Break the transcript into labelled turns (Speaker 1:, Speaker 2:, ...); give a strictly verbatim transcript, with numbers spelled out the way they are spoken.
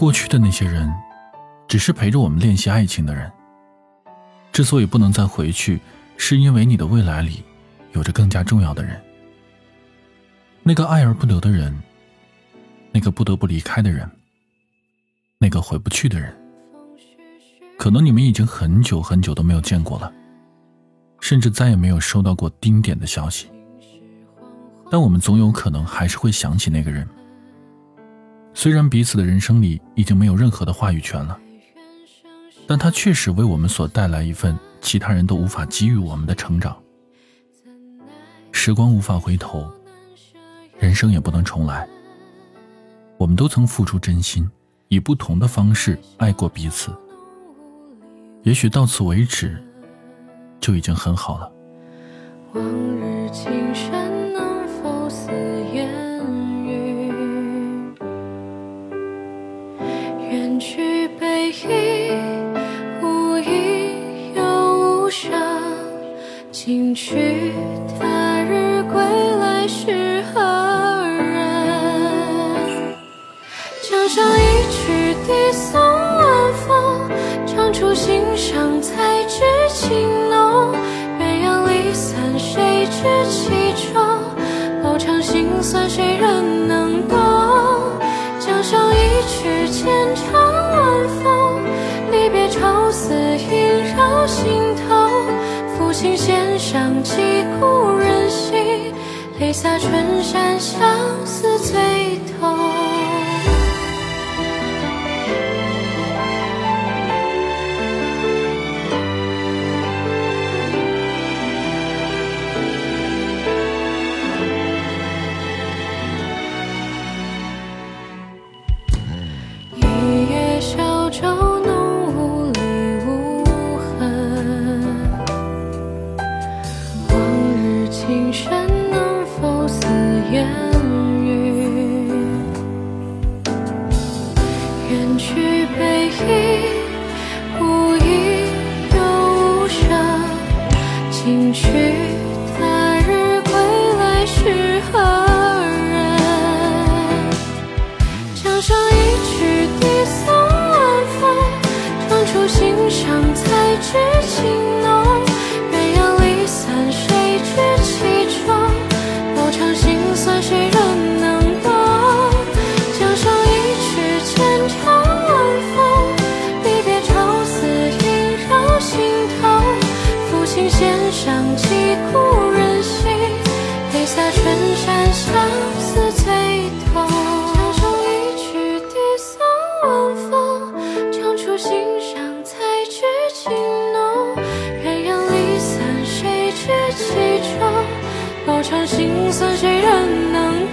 Speaker 1: 过去的那些人只是陪着我们练习爱情的人，之所以不能再回去，是因为你的未来里有着更加重要的人。那个爱而不得的人，那个不得不离开的人，那个回不去的人，可能你们已经很久很久都没有见过了，甚至再也没有收到过丁点的消息，但我们总有可能还是会想起那个人。虽然彼此的人生里已经没有任何的话语权了，但他确实为我们所带来一份其他人都无法给予我们的成长。时光无法回头，人生也不能重来，我们都曾付出真心，以不同的方式爱过彼此，也许到此为止就已经很好了。
Speaker 2: 往日情深能否似烟雨，远去背影无意又无声，今去他日归来是何人？江上一曲笛送晚风，唱出心上才知情浓。鸳鸯离散谁知其中，饱尝心酸谁人能懂？江上一曲浅唱晚风，离别愁思萦绕心头。抚琴弦上击故人心，泪洒春山相思最痛。情深能否似烟雨，远去背影无意又无声，今去他日归来是何人？江上一曲笛送晚风，唱出心上才知情浓。鸳鸯离散谁知其中，饱尝心酸谁人能懂？江上一曲浅唱晚风，离别愁思萦绕心头。抚琴弦上击故人心，泪洒春山相思最痛。江上一曲笛送晚风，唱出心上才知情浓。鸳鸯离散谁知其中，饱尝心酸谁人能